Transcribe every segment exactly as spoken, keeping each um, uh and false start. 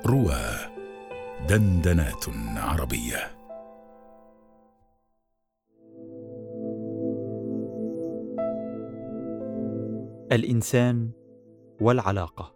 روى دندنات عربية. الإنسان والعلاقة.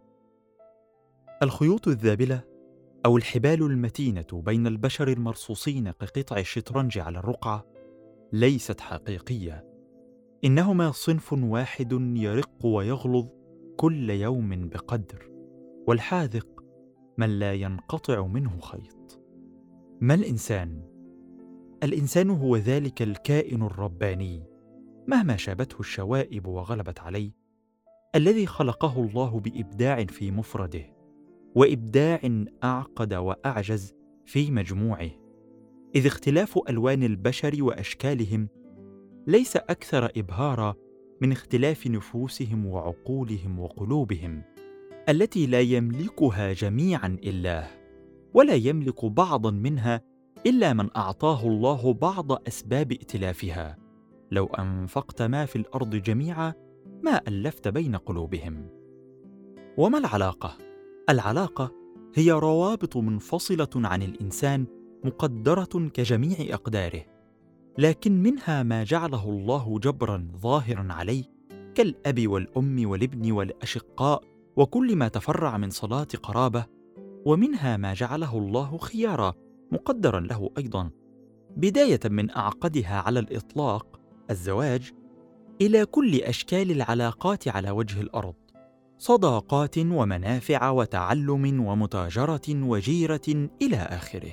الخيوط الذابلة أو الحبال المتينة بين البشر المرصوصين كقطع الشطرنج على الرقعة ليست حقيقية، إنهما صنف واحد يرق ويغلظ كل يوم بقدر، والحاذق من لا ينقطع منه خيط. ما الإنسان؟ الإنسان هو ذلك الكائن الرباني مهما شابته الشوائب وغلبت عليه، الذي خلقه الله بإبداع في مفرده، وإبداع أعقد وأعجز في مجموعه، إذ اختلاف ألوان البشر وأشكالهم ليس أكثر إبهارا من اختلاف نفوسهم وعقولهم وقلوبهم، التي لا يملكها جميعا إلا، ولا يملك بعضا منها إلا من أعطاه الله بعض أسباب ائتلافها. لو أنفقت ما في الأرض جميعا ما ألفت بين قلوبهم. وما العلاقة؟ العلاقة هي روابط منفصلة عن الإنسان مقدرة كجميع أقداره، لكن منها ما جعله الله جبراً ظاهراً عليه كالأب والأم والابن والأشقاء وكل ما تفرع من صلة قرابة، ومنها ما جعله الله خيارا مقدراً له أيضاً، بداية من أعقدها على الإطلاق الزواج إلى كل أشكال العلاقات على وجه الأرض، صداقات ومنافع وتعلم ومتاجرة وجيرة إلى آخره.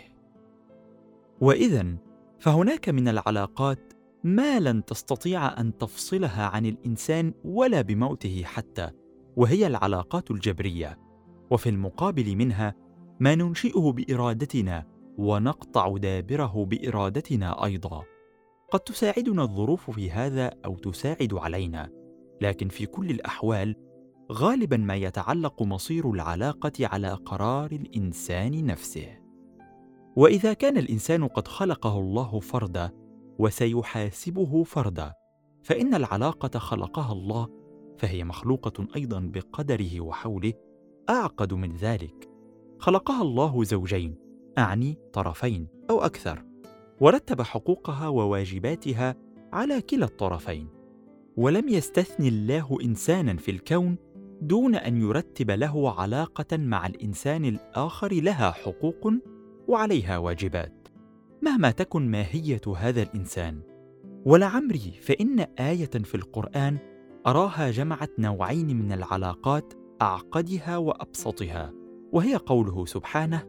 وإذن فهناك من العلاقات ما لن تستطيع أن تفصلها عن الإنسان ولا بموته حتى، وهي العلاقات الجبرية. وفي المقابل منها ما ننشئه بإرادتنا ونقطع دابره بإرادتنا أيضا. قد تساعدنا الظروف في هذا أو تساعد علينا، لكن في كل الأحوال غالبا ما يتعلق مصير العلاقة على قرار الإنسان نفسه. وإذا كان الإنسان قد خلقه الله فردا وسيحاسبه فردا، فإن العلاقة خلقها الله، فهي مخلوقة أيضا بقدره وحوله. أعقد من ذلك، خلقها الله زوجين، أعني طرفين أو أكثر، ورتب حقوقها وواجباتها على كلا الطرفين، ولم يستثن الله إنسانا في الكون دون أن يرتب له علاقة مع الإنسان الآخر لها حقوق وعليها واجبات، مهما تكن ماهية هذا الإنسان. ولعمري فإن آية في القرآن أراها جمعت نوعين من العلاقات أعقدها وأبسطها، وهي قوله سبحانه: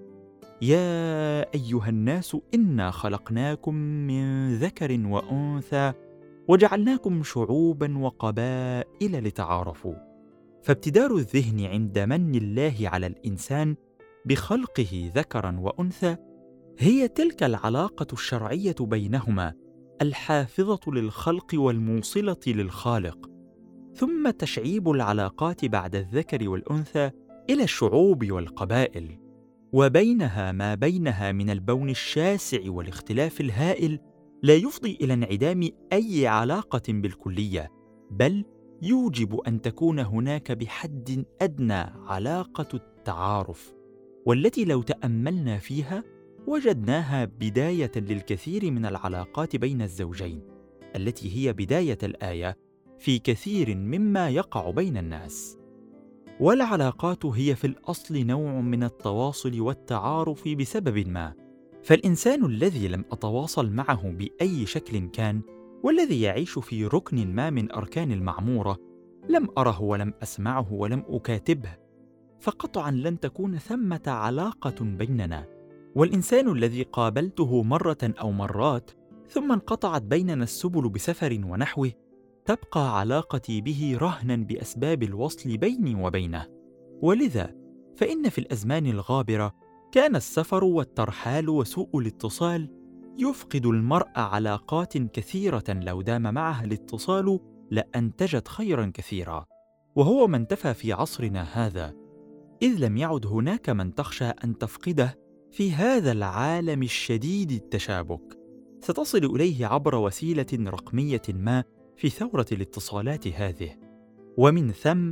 يا أيها الناس إنا خلقناكم من ذكر وأنثى وجعلناكم شعوبا وقبائل لتعارفوا. فابتدار الذهن عند من الله على الإنسان بخلقه ذكرا وأنثى هي تلك العلاقة الشرعية بينهما الحافظة للخلق والموصلة للخالق، ثم تشعيب العلاقات بعد الذكر والأنثى إلى الشعوب والقبائل، وبينها ما بينها من البون الشاسع والاختلاف الهائل لا يفضي إلى انعدام أي علاقة بالكلية، بل يوجب أن تكون هناك بحد أدنى علاقة التعارف، والتي لو تأملنا فيها وجدناها بداية للكثير من العلاقات بين الزوجين، التي هي بداية الآية في كثير مما يقع بين الناس. والعلاقات هي في الأصل نوع من التواصل والتعارف بسبب ما، فالإنسان الذي لم أتواصل معه بأي شكل كان، والذي يعيش في ركن ما من أركان المعمورة، لم أره ولم أسمعه ولم أكاتبه، فقطعا لن تكون ثمة علاقة بيننا. والإنسان الذي قابلته مرة أو مرات ثم انقطعت بيننا السبل بسفر ونحوه، تبقى علاقتي به رهنا بأسباب الوصل بيني وبينه. ولذا فإن في الأزمان الغابرة كان السفر والترحال وسوء الاتصال يفقد المرء علاقات كثيرة لو دام معها الاتصال لأنتجت خيرا كثيرا، وهو ما انتفى في عصرنا هذا، إذ لم يعد هناك من تخشى أن تفقده في هذا العالم الشديد التشابك، ستصل إليه عبر وسيلة رقمية ما في ثورة الاتصالات هذه. ومن ثم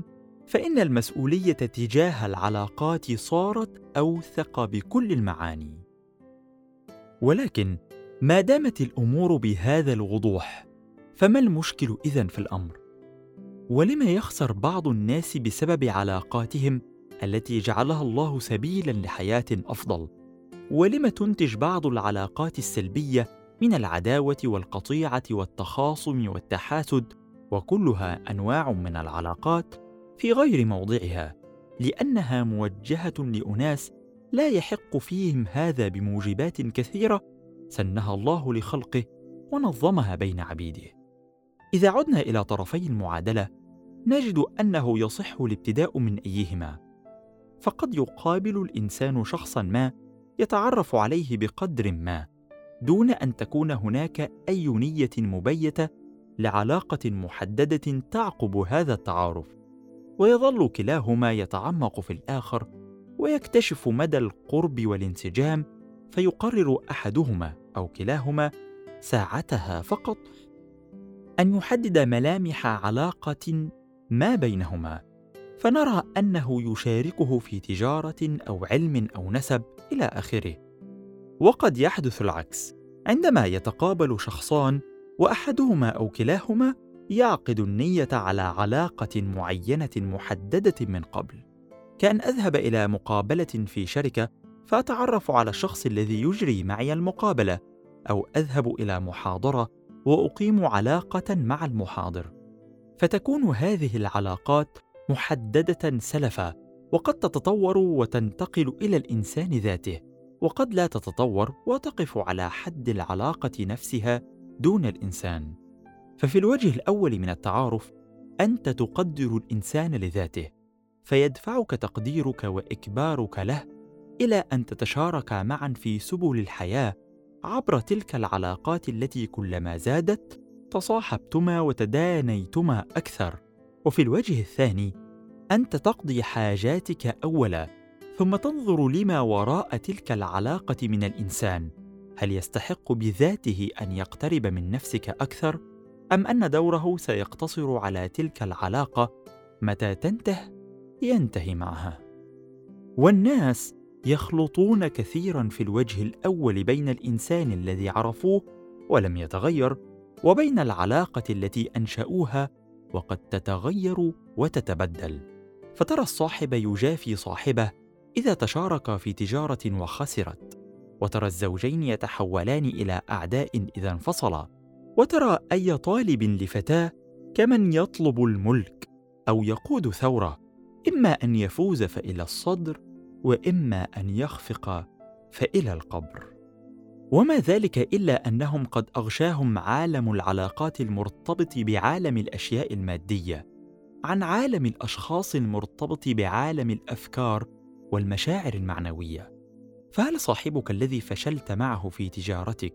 فإن المسؤولية تجاه العلاقات صارت أوثق بكل المعاني. ولكن ما دامت الأمور بهذا الوضوح، فما المشكل إذن في الأمر؟ ولم يخسر بعض الناس بسبب علاقاتهم التي جعلها الله سبيلاً لحياة أفضل؟ ولم تنتج بعض العلاقات السلبية من العداوة والقطيعة والتخاصم والتحاسد، وكلها أنواع من العلاقات في غير موضعها، لأنها موجهة لأناس لا يحق فيهم هذا بموجبات كثيرة سنها الله لخلقه ونظمها بين عبيده. إذا عدنا إلى طرفي المعادلة، نجد أنه يصح الابتداء من أيهما، فقد يقابل الإنسان شخصاً ما يتعرف عليه بقدر ما دون أن تكون هناك أي نية مبيتة لعلاقة محددة تعقب هذا التعارف، ويظل كلاهما يتعمق في الآخر ويكتشف مدى القرب والانسجام، فيقرر أحدهما أو كلاهما ساعتها فقط أن يحدد ملامح علاقة ما بينهما، فنرى أنه يشاركه في تجارة أو علم أو نسب إلى آخره. وقد يحدث العكس عندما يتقابل شخصان وأحدهما أو كلاهما يعقد النية على علاقة معينة محددة من قبل، كأن أذهب إلى مقابلة في شركة فأتعرف على الشخص الذي يجري معي المقابلة، أو أذهب إلى محاضرة وأقيم علاقة مع المحاضر، فتكون هذه العلاقات محددة سلفا، وقد تتطور وتنتقل إلى الإنسان ذاته، وقد لا تتطور وتقف على حد العلاقة نفسها دون الإنسان. ففي الوجه الأول من التعارف أنت تقدر الإنسان لذاته، فيدفعك تقديرك وإكبارك له إلى أن تتشاركا معا في سبل الحياة عبر تلك العلاقات التي كلما زادت تصاحبتما وتدانيتما أكثر. وفي الوجه الثاني أنت تقضي حاجاتك أولا، ثم تنظر لما وراء تلك العلاقة من الإنسان، هل يستحق بذاته أن يقترب من نفسك أكثر، أم أن دوره سيقتصر على تلك العلاقة متى تنتهي ينتهي معها. والناس يخلطون كثيراً في الوجه الأول بين الإنسان الذي عرفوه ولم يتغير، وبين العلاقة التي أنشأوها وقد تتغير وتتبدل. فترى الصاحب يجافي صاحبه إذا تشاركا في تجارة وخسرت، وترى الزوجين يتحولان إلى أعداء إذا انفصلا، وترى أي طالب لفتاة كمن يطلب الملك أو يقود ثورة، إما أن يفوز فإلى الصدر، وإما أن يخفق فإلى القبر. وما ذلك إلا أنهم قد أغشاهم عالم العلاقات المرتبط بعالم الأشياء المادية عن عالم الأشخاص المرتبط بعالم الأفكار والمشاعر المعنوية. فهل صاحبك الذي فشلت معه في تجارتك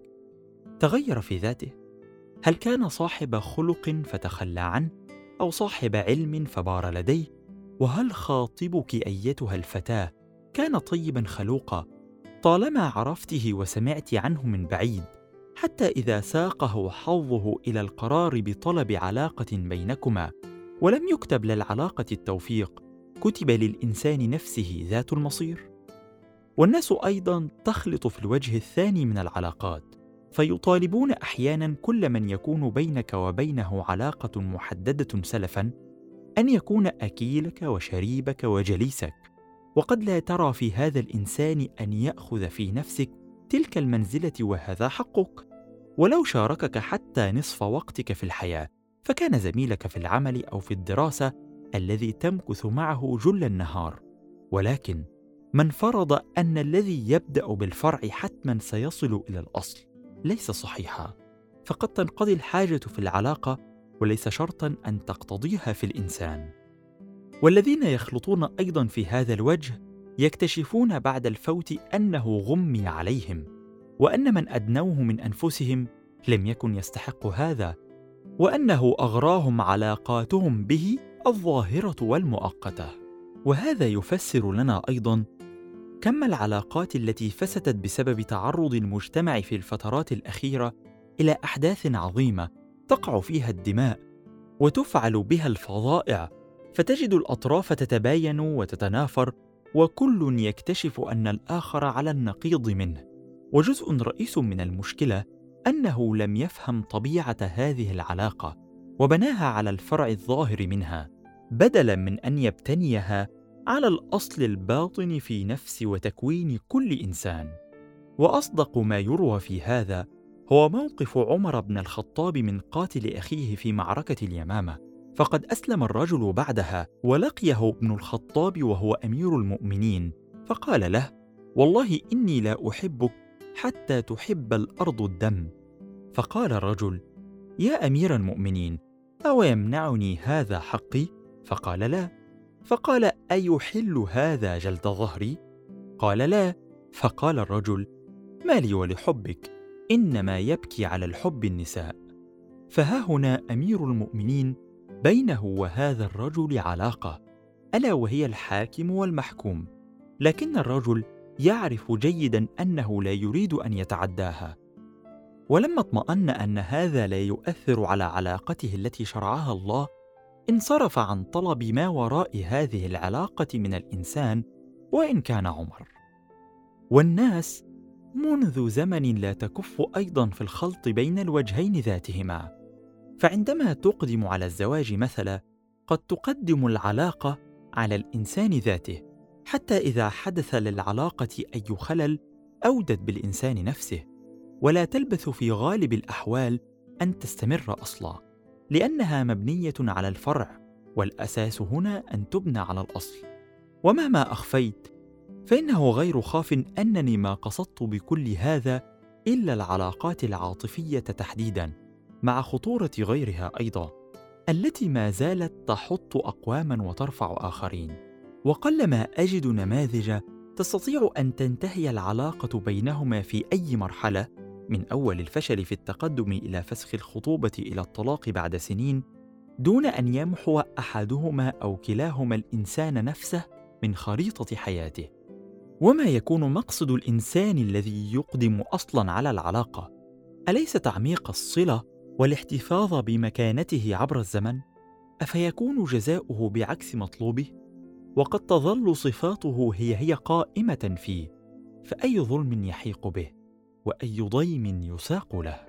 تغير في ذاته؟ هل كان صاحب خلق فتخلى عنه، أو صاحب علم فبار لديه؟ وهل خاطبك أيتها الفتاة كان طيباً خلوقاً طالما عرفته وسمعت عنه من بعيد، حتى إذا ساقه حظه إلى القرار بطلب علاقة بينكما ولم يكتب للعلاقة التوفيق، كتب للإنسان نفسه ذات المصير؟ والناس أيضاً تخلط في الوجه الثاني من العلاقات، فيطالبون أحياناً كل من يكون بينك وبينه علاقة محددة سلفاً أن يكون أكيلك وشريبك وجليسك، وقد لا ترى في هذا الإنسان أن يأخذ في نفسك تلك المنزلة، وهذا حقك. ولو شاركك حتى نصف وقتك في الحياة، فكان زميلك في العمل أو في الدراسة الذي تمكث معه جل النهار. ولكن من فرض أن الذي يبدأ بالفرع حتما سيصل إلى الأصل ليس صحيحا، فقد تنقضي الحاجة في العلاقة وليس شرطا أن تقتضيها في الإنسان. والذين يخلطون أيضا في هذا الوجه يكتشفون بعد الفوت أنه غمي عليهم، وأن من أدنوه من أنفسهم لم يكن يستحق هذا، وأنه أغراهم علاقاتهم به الظاهرة والمؤقتة. وهذا يفسر لنا أيضا كم العلاقات التي فسدت بسبب تعرض المجتمع في الفترات الأخيرة إلى أحداث عظيمة تقع فيها الدماء وتفعل بها الفظائع، فتجد الأطراف تتباين وتتنافر، وكل يكتشف أن الآخر على النقيض منه. وجزء رئيس من المشكلة أنه لم يفهم طبيعة هذه العلاقة، وبناها على الفرع الظاهر منها بدلاً من أن يبتنيها على الأصل الباطن في نفس وتكوين كل إنسان. وأصدق ما يروى في هذا هو موقف عمر بن الخطاب من قاتل أخيه في معركة اليمامة، فقد أسلم الرجل بعدها، ولقيه ابن الخطاب وهو أمير المؤمنين، فقال له: والله إني لا أحبك حتى تحب الأرض الدم. فقال الرجل: يا أمير المؤمنين، أو يمنعني هذا حقي؟ فقال: لا. فقال: أيحل هذا جلد ظهري؟ قال: لا. فقال الرجل: ما لي ولحبك، إنما يبكي على الحب النساء. فها هنا أمير المؤمنين بينه وهذا الرجل علاقة، ألا وهي الحاكم والمحكوم، لكن الرجل يعرف جيداً أنه لا يريد أن يتعداها. ولما اطمأن أن هذا لا يؤثر على علاقته التي شرعها الله، انصرف عن طلب ما وراء هذه العلاقة من الإنسان، وإن كان عمر. والناس منذ زمن لا تكف أيضاً في الخلط بين الوجهين ذاتهما، فعندما تقدم على الزواج مثلا، قد تقدم العلاقة على الإنسان ذاته، حتى إذا حدث للعلاقة أي خلل أودت بالإنسان نفسه، ولا تلبث في غالب الأحوال أن تستمر أصلاً، لأنها مبنية على الفرع، والأساس هنا أن تبنى على الأصل. ومهما أخفيت فإنه غير خاف أنني ما قصدت بكل هذا إلا العلاقات العاطفية تحديداً، مع خطورة غيرها أيضاً، التي ما زالت تحط أقواماً وترفع آخرين. وقلما أجد نماذج تستطيع أن تنتهي العلاقة بينهما في أي مرحلة، من أول الفشل في التقدم إلى فسخ الخطوبة إلى الطلاق بعد سنين، دون أن يمحو أحدهما أو كلاهما الإنسان نفسه من خريطة حياته. وما يكون مقصد الإنسان الذي يقدم أصلاً على العلاقة؟ أليس تعميق الصلة والاحتفاظ بمكانته عبر الزمن؟ أفيكون جزاؤه بعكس مطلوبه؟ وقد تظل صفاته هي هي قائمة فيه، فأي ظلم يحيق به، وأي ضيم يساق له؟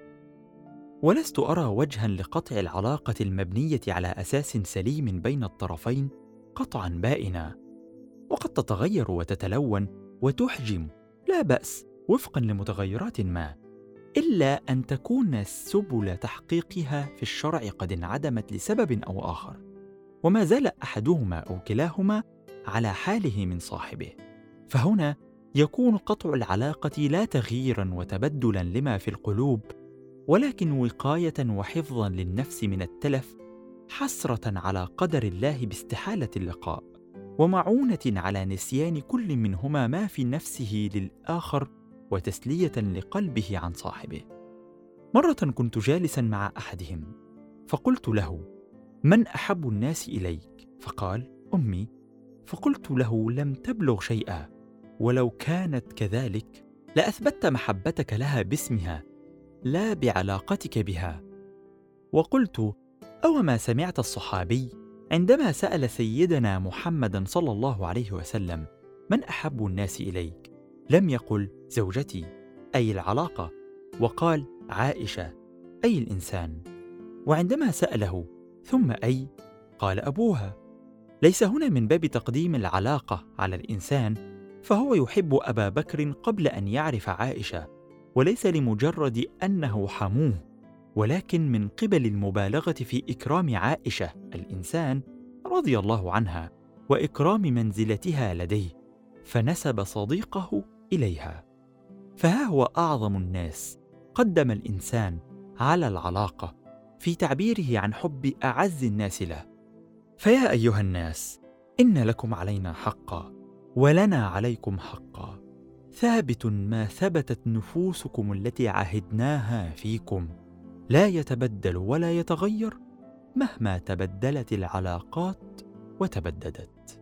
ولست أرى وجهاً لقطع العلاقة المبنية على أساس سليم بين الطرفين قطعاً بائنا. وقد تتغير وتتلون وتحجم، لا بأس، وفقاً لمتغيرات ما، إلا أن تكون سبل تحقيقها في الشرع قد انعدمت لسبب أو آخر، وما زال أحدهما أو كلاهما على حاله من صاحبه. فهنا يكون قطع العلاقة لا تغييراً وتبدلاً لما في القلوب، ولكن وقاية وحفظاً للنفس من التلف، حسرة على قدر الله باستحالة اللقاء، ومعونة على نسيان كل منهما ما في نفسه للآخر، وتسلية لقلبه عن صاحبه. مرة كنت جالساً مع أحدهم، فقلت له: من أحب الناس إليك؟ فقال: أمي. فقلت له: لم تبلغ شيئا، ولو كانت كذلك لأثبتت محبتك لها باسمها لا بعلاقتك بها. وقلت: أو ما سمعت الصحابي عندما سأل سيدنا محمدًا صلى الله عليه وسلم: من أحب الناس إليك؟ لم يقل زوجتي أي العلاقة، وقال عائشة أي الإنسان. وعندما سأله: ثم أي؟ قال أبوها. ليس هنا من باب تقديم العلاقة على الإنسان، فهو يحب أبا بكر قبل أن يعرف عائشة، وليس لمجرد أنه حموه، ولكن من قبل المبالغة في إكرام عائشة الإنسان رضي الله عنها، وإكرام منزلتها لديه، فنسب صديقه إليها. فها هو أعظم الناس قدم الإنسان على العلاقة في تعبيره عن حب أعز الناس له. فيا أيها الناس، إن لكم علينا حقا، ولنا عليكم حقا، ثابت ما ثبتت نفوسكم التي عهدناها فيكم، لا يتبدل ولا يتغير مهما تبدلت العلاقات وتبددت.